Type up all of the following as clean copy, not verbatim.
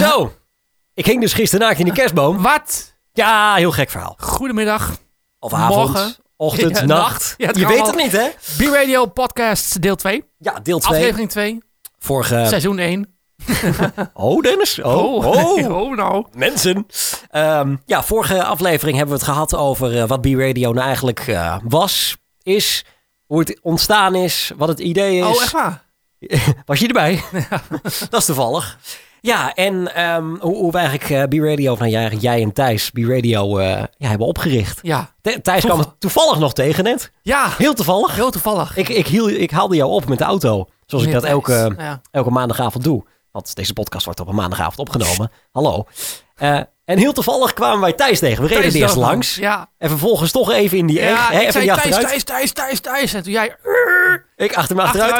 Zo, ik hing dus gisteren naakt in de kerstboom. Wat? Ja, heel gek verhaal. Goedemiddag. Of avond, morgen, ochtend, ja, nacht. Ja, je weet het niet, hè? B-Radio Podcast deel 2. Ja, deel 2. Aflevering 2. Vorige... Seizoen 1. Oh, Dennis. Oh, nou. Mensen. Vorige aflevering hebben we het gehad over wat B-Radio nou eigenlijk was, is, hoe het ontstaan is, wat het idee is. Oh, echt waar? Was je erbij? Ja. Dat is toevallig. Ja, en hoe we eigenlijk B-Radio, jij en Thijs B-Radio hebben opgericht. Ja. Thijs kwam er toevallig nog tegen net. Ja. Heel toevallig. Heel toevallig. Ik haalde jou op met de auto. Zoals ik dat elke maandagavond doe. Want deze podcast wordt op een maandagavond opgenomen. Hallo. En heel toevallig kwamen wij Thijs tegen. We reden eerst langs. Ja. En vervolgens toch even in die echt. Ja, even zei Thijs. En toen jij... Ik achter me achteruit.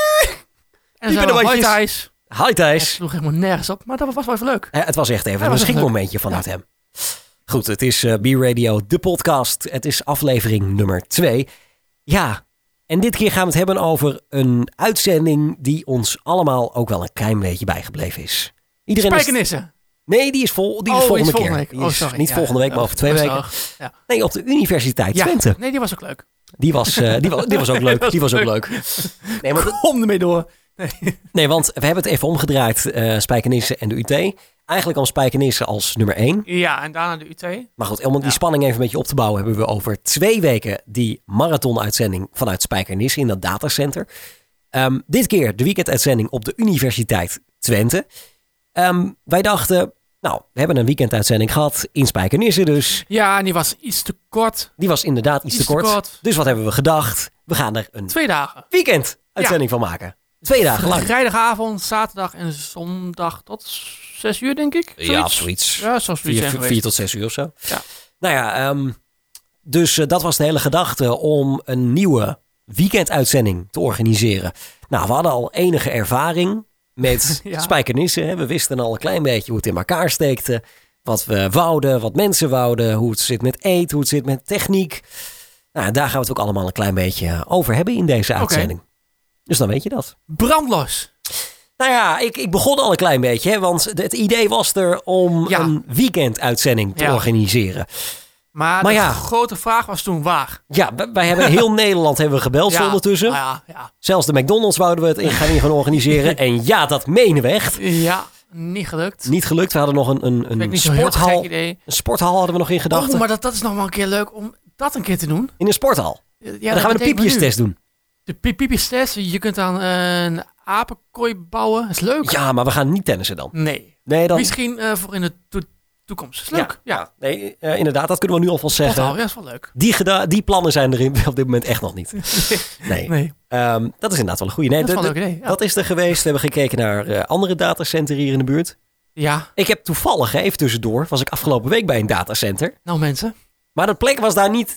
En zo, hoi Thijs. Hi Thijs. Het sloeg helemaal nergens op, maar dat was wel even leuk. Het was echt even een schietmomentje vanuit hem. Goed, het is B-Radio, de podcast. Het is aflevering nummer 2. Ja, en dit keer gaan we het hebben over een uitzending die ons allemaal ook wel een klein beetje bijgebleven is. Spijkenissen. Nee, die is volgende keer. Week. Sorry. Niet volgende week, maar over 2 weken. Ja. Nee, op de Universiteit Twente. Nee, die was ook leuk. Die was ook leuk. Die was ook leuk. Nee, maar kom ermee door. Nee, want we hebben het even omgedraaid, Spijkenissen en de UT. Eigenlijk al Spijkenissen als nummer 1. Ja, en daarna de UT. Maar goed, om die spanning even een beetje op te bouwen, hebben we over 2 weken die marathon-uitzending vanuit Spijkenissen in dat datacenter. Dit keer de weekenduitzending op de Universiteit Twente. Wij dachten, we hebben een weekenduitzending gehad in Spijkenissen dus. Ja, en die was iets te kort. Die was inderdaad iets te kort. Dus wat hebben we gedacht? We gaan er een 2 dagen weekenduitzending van maken. 2 dagen lang. Vrijdagavond, zaterdag en zondag tot 6 uur, denk ik. Ja, zoiets. Ja, zoals 4 tot 6 uur of zo. Ja. Nou ja, dus dat was de hele gedachte om een nieuwe weekenduitzending te organiseren. Nou, we hadden al enige ervaring met Spijkenissen. Hè. We wisten al een klein beetje hoe het in elkaar steekte. Wat we wouden, wat mensen wouden. Hoe het zit met eten, hoe het zit met techniek. Nou, daar gaan we het ook allemaal een klein beetje over hebben in deze uitzending. Okay. Dus dan weet je dat. Brandlos. Nou ja, ik begon al een klein beetje. Hè, want het idee was er om een weekenduitzending te organiseren. Maar de grote vraag was toen waar. Ja, wij hebben heel Nederland gebeld ondertussen. Ja. Zelfs de McDonald's wouden we het gaan organiseren. En ja, dat menen we echt. Ja, niet gelukt. Niet gelukt. We hadden nog een sporthal. Een sporthal hadden we nog in gedachten. Oh, maar dat is nog wel een keer leuk om dat een keer te doen. In een sporthal. Ja, dan gaan we een piepjestest doen. De piepjestest. Je kunt dan een apenkooi bouwen. Dat is leuk. Ja, maar we gaan niet tennissen dan. Nee dan... Misschien voor in de toekomst. Dat is leuk. Ja. Nee, inderdaad, dat kunnen we nu alvast zeggen. Ja, dat is wel leuk. Die plannen zijn er op dit moment echt nog niet. Nee. Dat is inderdaad wel een goede. Nee, dat is wel een leuk idee. Ja. Dat is er geweest. We hebben gekeken naar andere datacenter hier in de buurt. Ja. Ik heb toevallig, even tussendoor, was ik afgelopen week bij een datacenter. Nou mensen. Maar de plek was daar niet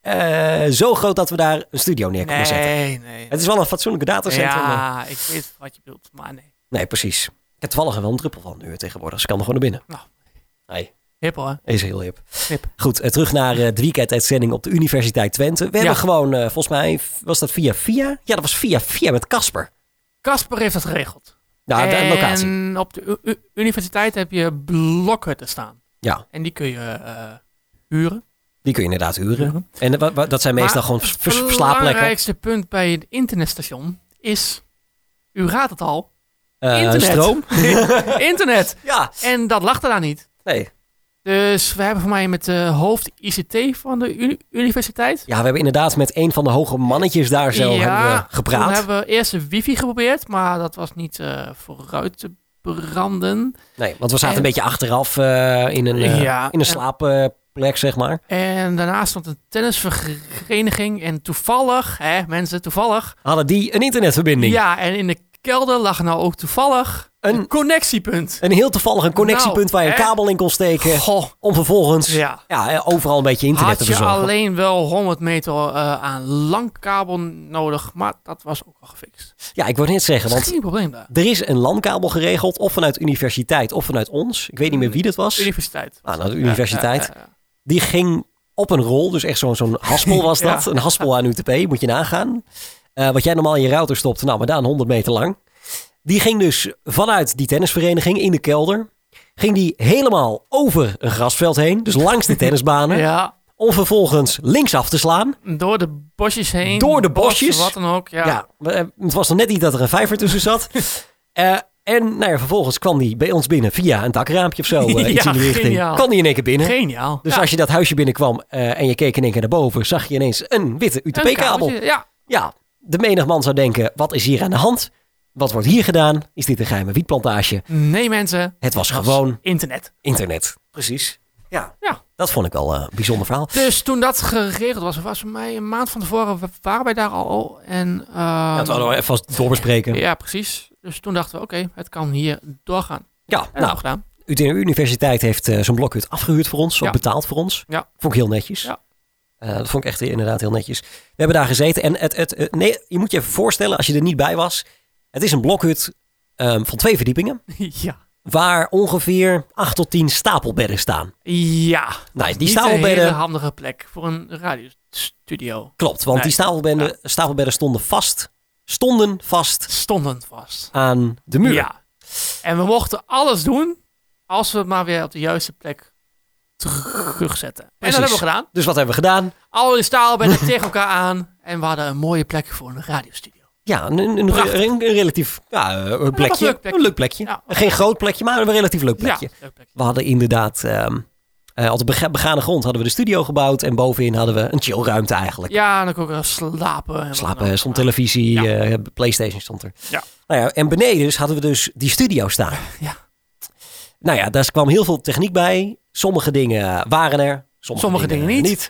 zo groot dat we daar een studio neer konden zetten. Nee. Het is wel een fatsoenlijke datacenter. Ja, ik weet wat je bedoelt, maar nee. Nee, precies. Ik heb toevallig wel een druppel van nu tegenwoordig. Ze kan er gewoon naar binnen. Nou. Nee. Hip hoor. Is heel hip. Goed, terug naar de weekenduitzending op de Universiteit Twente. We hebben gewoon, volgens mij, was dat via? Ja, dat was via met Casper. Casper heeft dat geregeld. Ja, de locatie. En op de universiteit heb je blokhutten staan. Ja. En die kun je huren. Die kun je inderdaad huren. En dat zijn meestal gewoon verslaapplekken. Het belangrijkste punt bij het internetstation is, u raadt het al, internet. Stroom. Internet. Ja. En dat lag er daar niet. Nee. Dus we hebben voor mij met de hoofd ICT van de universiteit. Ja, we hebben inderdaad met een van de hoge mannetjes daar zo gepraat. Toen hebben we eerst de wifi geprobeerd, maar dat was niet vooruit te branden. Nee, want we zaten een beetje achteraf in een slaapplek, zeg maar. En daarnaast stond een tennisvereniging en toevallig, toevallig... hadden die een internetverbinding. Ja, en in de kelder lag nou ook toevallig een connectiepunt. Een heel toevallig een connectiepunt waar je een kabel in kon steken. Om vervolgens overal een beetje internet te verzorgen. Had je alleen wel 100 meter aan lang kabel nodig, maar dat was ook al gefixt. Ja, ik wou net zeggen, want geen probleem daar. Er is een LAN-kabel geregeld, of vanuit de universiteit of vanuit ons. Ik weet niet meer wie dat was. Universiteit. Nou, de universiteit. Ja. Die ging op een rol, dus echt zo'n haspel was dat. Een haspel aan UTP, moet je nagaan. Wat jij normaal in je router stopt, maar dan 100 meter lang. Die ging dus vanuit die tennisvereniging in de kelder. ging die helemaal over een grasveld heen. Dus langs de tennisbanen. Ja. Om vervolgens linksaf te slaan. Door de bosjes heen. Door de bosjes. Wat dan ook. Ja. Het was nog net niet dat er een vijver tussen zat. En vervolgens kwam die bij ons binnen via een dakraampje of zo. Iets in die richting. Geniaal. Kwam die in één keer binnen. Geniaal. Dus als je dat huisje binnenkwam en je keek in één keer naar boven, zag je ineens een witte UTP-kabel. Ja. De menig man zou denken, wat is hier aan de hand? Wat wordt hier gedaan? Is dit een geheime wietplantage? Nee mensen. Het was gewoon internet. Precies. Ja. Dat vond ik wel een bijzonder verhaal. Dus toen dat geregeld was voor mij een maand van tevoren, waren wij daar al. En, dat hadden we even vast doorbespreken. Ja, precies. Dus toen dachten we, oké, het kan hier doorgaan. Ja, gedaan. De Universiteit heeft zo'n blokhut afgehuurd voor ons, betaald voor ons. Ja. Vond ik heel netjes. Ja. Dat vond ik echt inderdaad heel netjes. We hebben daar gezeten en je moet je even voorstellen, als je er niet bij was. Het is een blokhut van 2 verdiepingen. Ja. Waar ongeveer 8 tot 10 stapelbedden staan. Ja. Nou, die stapelbedden... een hele handige plek voor een radiostudio. Klopt, want die stapelbedden stonden vast. Stonden vast. Aan de muur. Ja. En we mochten alles doen als we het maar weer op de juiste plek terugzetten. En dat hebben we gedaan. Dus wat hebben we gedaan? Alle stapelbedden tegen elkaar aan. En we hadden een mooie plek voor een radiostudio. Ja, een relatief plekje. Een leuk plekje. Ja. Geen groot plekje, maar een relatief leuk plekje. Ja, leuk plekje. We hadden inderdaad, op de begane grond hadden we de studio gebouwd. En bovenin hadden we een chillruimte eigenlijk. Ja, en dan kon ik slapen. Slapen, stond televisie, PlayStation stond er. Ja. Nou ja, en beneden hadden we dus die studio staan. Ja. Nou ja, daar kwam heel veel techniek bij. Sommige dingen waren er. Sommige dingen niet.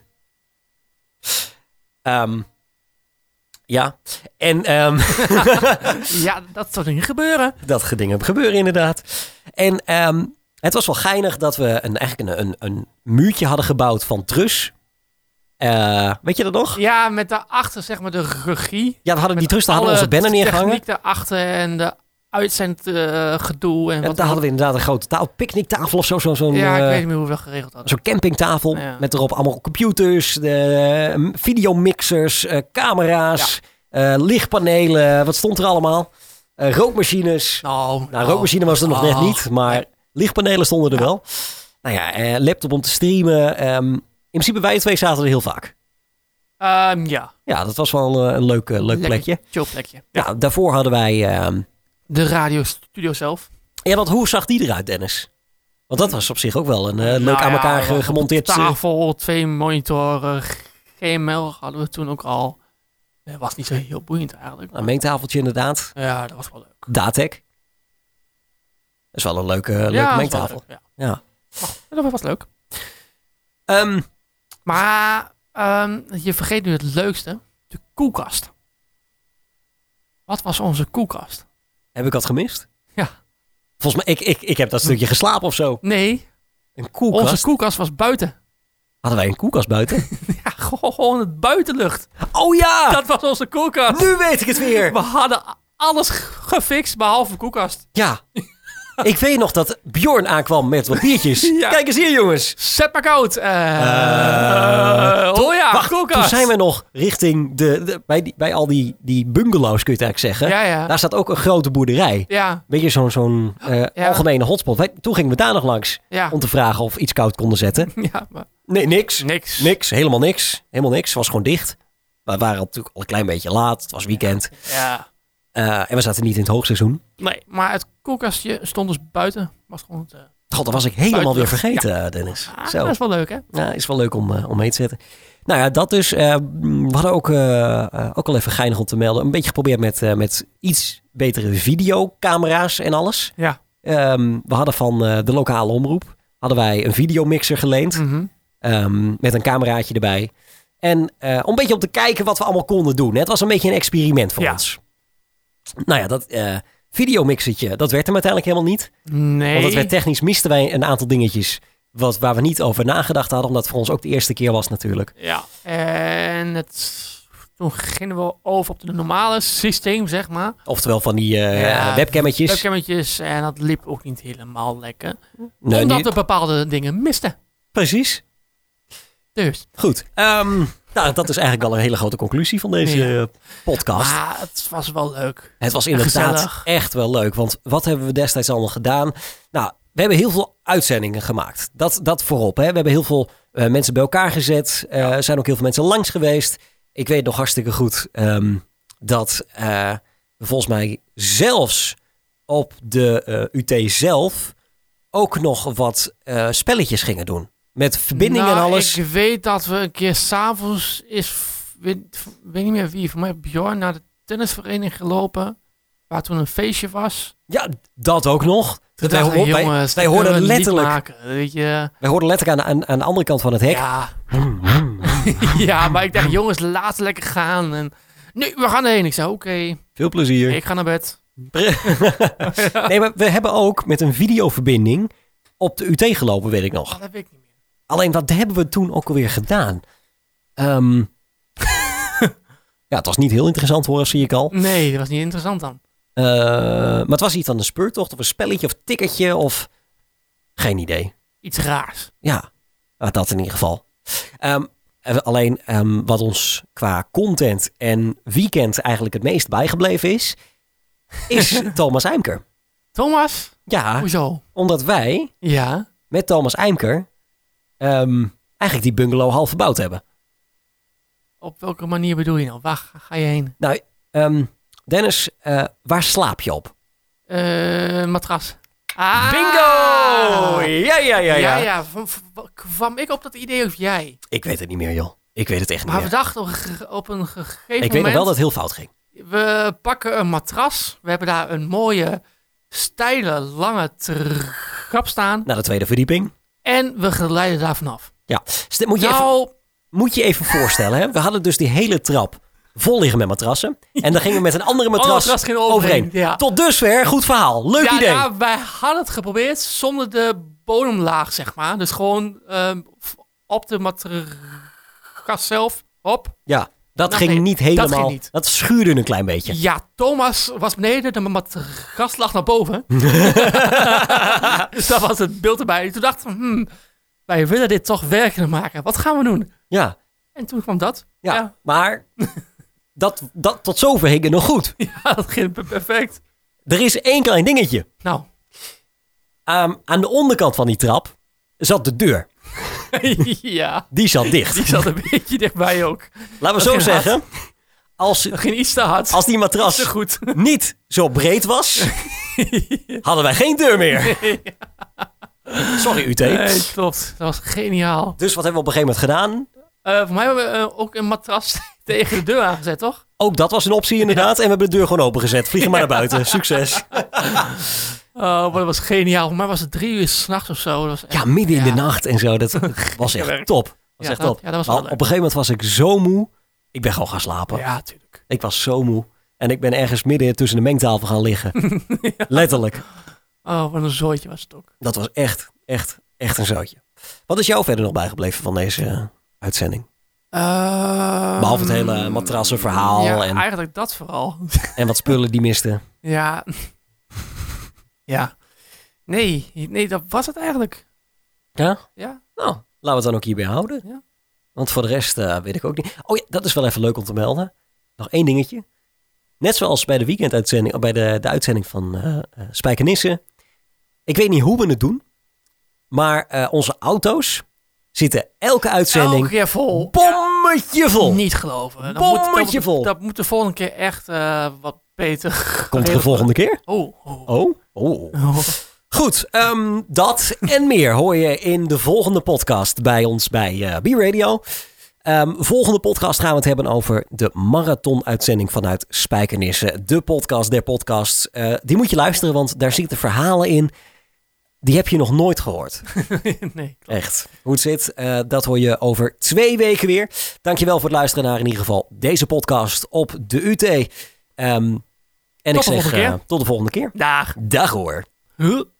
Ja, en... ja, dat soort dingen gebeuren. Dat dingen gebeuren inderdaad. En het was wel geinig dat we een muurtje hadden gebouwd van trus. Weet je dat nog? Ja, met daarachter zeg maar de regie. Ja, we hadden die trus, daar hadden we onze banner neergehangen. De techniek daarachter en de uitzendgedoe. En daar hadden we inderdaad een grote picknicktafel of zo. Ja, ik weet niet meer hoe we dat geregeld hadden. Zo'n campingtafel met erop allemaal computers, videomixers, camera's, lichtpanelen. Wat stond er allemaal? Rookmachines. Rookmachine was er nog net niet, maar lichtpanelen stonden er wel. Nou ja, laptop om te streamen. In principe wij 2 zaten er heel vaak. Ja. Ja, dat was wel een leuk plekje. Chill plekje. Ja, daarvoor hadden wij... de radiostudio zelf. Ja, want hoe zag die eruit, Dennis? Want dat was op zich ook wel een leuk aan elkaar gemonteerd... Tafel, 2 monitoren, GML hadden we toen ook al. Dat was niet zo heel boeiend eigenlijk. Een mengtafeltje inderdaad. Ja, dat was wel leuk. Datec. Dat is wel een leuke mengtafel. Leuk, ja. Dat was leuk. Maar je vergeet nu het leukste. De koelkast. Wat was onze koelkast? Heb ik dat gemist? Ja. Volgens mij, ik heb dat stukje geslapen of zo. Nee. Een koelkast? Onze koelkast was buiten. Hadden wij een koelkast buiten? Ja, gewoon het buitenlucht. Oh ja! Dat was onze koelkast. Nu weet ik het weer. We hadden alles gefixt behalve koelkast. Ja. Ik weet nog dat Bjorn aankwam met wat biertjes. Ja. Kijk eens hier, jongens. Zet maar koud. Wacht, koelkast. Toen zijn we nog richting bij al die bungalows, kun je het eigenlijk zeggen. Ja. Daar staat ook een grote boerderij. Ja. Weet je, zo'n algemene hotspot. Toen gingen we daar nog langs om te vragen of we iets koud konden zetten. Ja, maar... Nee, niks. Helemaal niks. Het was gewoon dicht. Maar we waren natuurlijk al een klein beetje laat. Het was weekend. Ja. En we zaten niet in het hoogseizoen. Nee, maar het koelkastje stond dus buiten. Was gewoon God, dat was ik helemaal weer vergeten, Dennis. Zo. Dat is wel leuk, hè? Ja, is wel leuk om mee te zetten. Nou ja, dat dus. We hadden ook al even geinig om te melden. Een beetje geprobeerd met iets betere videocamera's en alles. Ja. We hadden van de lokale omroep hadden wij een videomixer geleend. Mm-hmm. Met een cameraatje erbij. En om een beetje om te kijken wat we allemaal konden doen. Het was een beetje een experiment voor ons. Nou ja, dat videomixertje, dat werd hem uiteindelijk helemaal niet. Nee. Want dat werd technisch, misten wij een aantal dingetjes waar we niet over nagedacht hadden. Omdat het voor ons ook de eerste keer was natuurlijk. Ja. En toen gingen we over op het normale systeem, zeg maar. Oftewel van die webcammetjes. Webcammetjes. En dat liep ook niet helemaal lekker. Nee, omdat we bepaalde dingen misten. Precies. Dus. Goed. Nou, dat is eigenlijk al een hele grote conclusie van deze podcast. Maar het was wel leuk. Het was inderdaad echt wel leuk. Want wat hebben we destijds allemaal gedaan? Nou, we hebben heel veel uitzendingen gemaakt. Dat voorop. Hè. We hebben heel veel mensen bij elkaar gezet. Er zijn ook heel veel mensen langs geweest. Ik weet nog hartstikke goed dat we volgens mij zelfs op de UT zelf ook nog wat spelletjes gingen doen. Met verbinding en alles. Ik weet dat we een keer s'avonds weet niet meer wie, van mij Bjorn naar de tennisvereniging gelopen. Waar toen een feestje was. Ja, dat ook nog. Wij hoorden letterlijk. Weet je. Wij hoorden letterlijk aan de andere kant van het hek. Ja. Ja, maar ik dacht, jongens, laten we lekker gaan. En nee, we gaan erheen. Ik zei, oké. Veel plezier. Ik ga naar bed. Nee, maar we hebben ook met een videoverbinding op de UT gelopen, weet ik nog. Dat weet ik niet meer. Alleen, wat hebben we toen ook alweer gedaan? Ja, het was niet heel interessant hoor, zie ik al. Nee, dat was niet interessant dan. Maar het was iets aan de speurtocht of een spelletje of ticketje of... Geen idee. Iets raars. Ja, dat in ieder geval. Alleen wat ons qua content en weekend eigenlijk het meest bijgebleven is Thomas Eimker. Thomas? Ja. Hoezo? Omdat wij met Thomas Eimker eigenlijk die bungalow half verbouwd hebben. Op welke manier bedoel je nou? Waar ga je heen? Nou, Dennis, waar slaap je op? Matras. Bingo! Ja. Kwam ik op dat idee of jij? Ik weet het niet meer, joh. Ik weet het echt niet meer. Maar we dachten op een gegeven moment... Ik weet nog wel dat het heel fout ging. We pakken een matras. We hebben daar een mooie, steile, lange trap staan. Naar de tweede verdieping. En we glijden daar vanaf. Ja. Moet je even voorstellen, hè? We hadden dus die hele trap vol liggen met matrassen. En dan gingen we met een andere matras overheen. Ja. Tot dusver, goed verhaal. Leuk idee. Ja, wij hadden het geprobeerd zonder de bodemlaag, zeg maar. Dus gewoon op de matras zelf. Op. Ja, dat ging niet helemaal. Dat ging niet. Dat schuurde een klein beetje. Ja, Thomas was beneden, de matras lag naar boven. Dus dat was het beeld erbij. Toen dachten we, wij willen dit toch werkelijk maken. Wat gaan we doen? Ja. En toen kwam dat. Ja. Maar dat tot zover ging het nog goed. Ja, dat ging perfect. Er is één klein dingetje. Nou. Aan de onderkant van die trap zat de deur. Ja. Die zat dicht. Die zat een beetje dichtbij ook. Laten we zo zeggen. Dat ging iets te hard. Als die matras niet zo breed was, hadden wij geen deur meer. Sorry, UT. Nee, klopt. Dat was geniaal. Dus wat hebben we op een gegeven moment gedaan? Voor mij hebben we ook een matras tegen de deur aangezet, toch? Ook dat was een optie inderdaad. En we hebben de deur gewoon opengezet. Vliegen maar naar buiten. Succes. Oh, maar dat was geniaal. Voor mij was het 3 uur 's nachts of zo. Dat was echt, ja, midden in de nacht en zo. Dat was echt top. Dat was echt top. Ja, dat was op een gegeven moment was ik zo moe. Ik ben gewoon gaan slapen. Ja, tuurlijk. Ik was zo moe. En ik ben ergens midden tussen de mengtafel gaan liggen. Ja. Letterlijk. Oh, wat een zooitje was het ook. Dat was echt een zootje. Wat is jou verder nog bijgebleven van deze uitzending? Behalve het hele matrassenverhaal. Ja, eigenlijk dat vooral. En wat spullen die misten. Ja. Ja. Nee, dat was het eigenlijk. Ja? Ja. Nou, laten we het dan ook hierbij houden. Ja. Want voor de rest weet ik ook niet. Oh ja, dat is wel even leuk om te melden. Nog één dingetje. Net zoals bij de weekenduitzending, bij de uitzending van Spijkenissen. Ik weet niet hoe we het doen. Maar onze auto's zitten elke uitzending... Elke keer vol. Bommetje vol. Niet geloven. Bommetje vol. Dat moet de volgende keer echt wat beter. Komt de volgende keer? Oh. Goed, dat en meer hoor je in de volgende podcast bij ons bij B-Radio. Volgende podcast gaan we het hebben over de marathon-uitzending vanuit Spijkenissen. De podcast der podcasts. Die moet je luisteren, want daar zitten verhalen in. Die heb je nog nooit gehoord. Nee. Echt. Hoe het zit, dat hoor je over 2 weken weer. Dankjewel voor het luisteren naar in ieder geval deze podcast op de UT. En tot ik zeg tot de volgende keer. Dag. Dag hoor. Huh?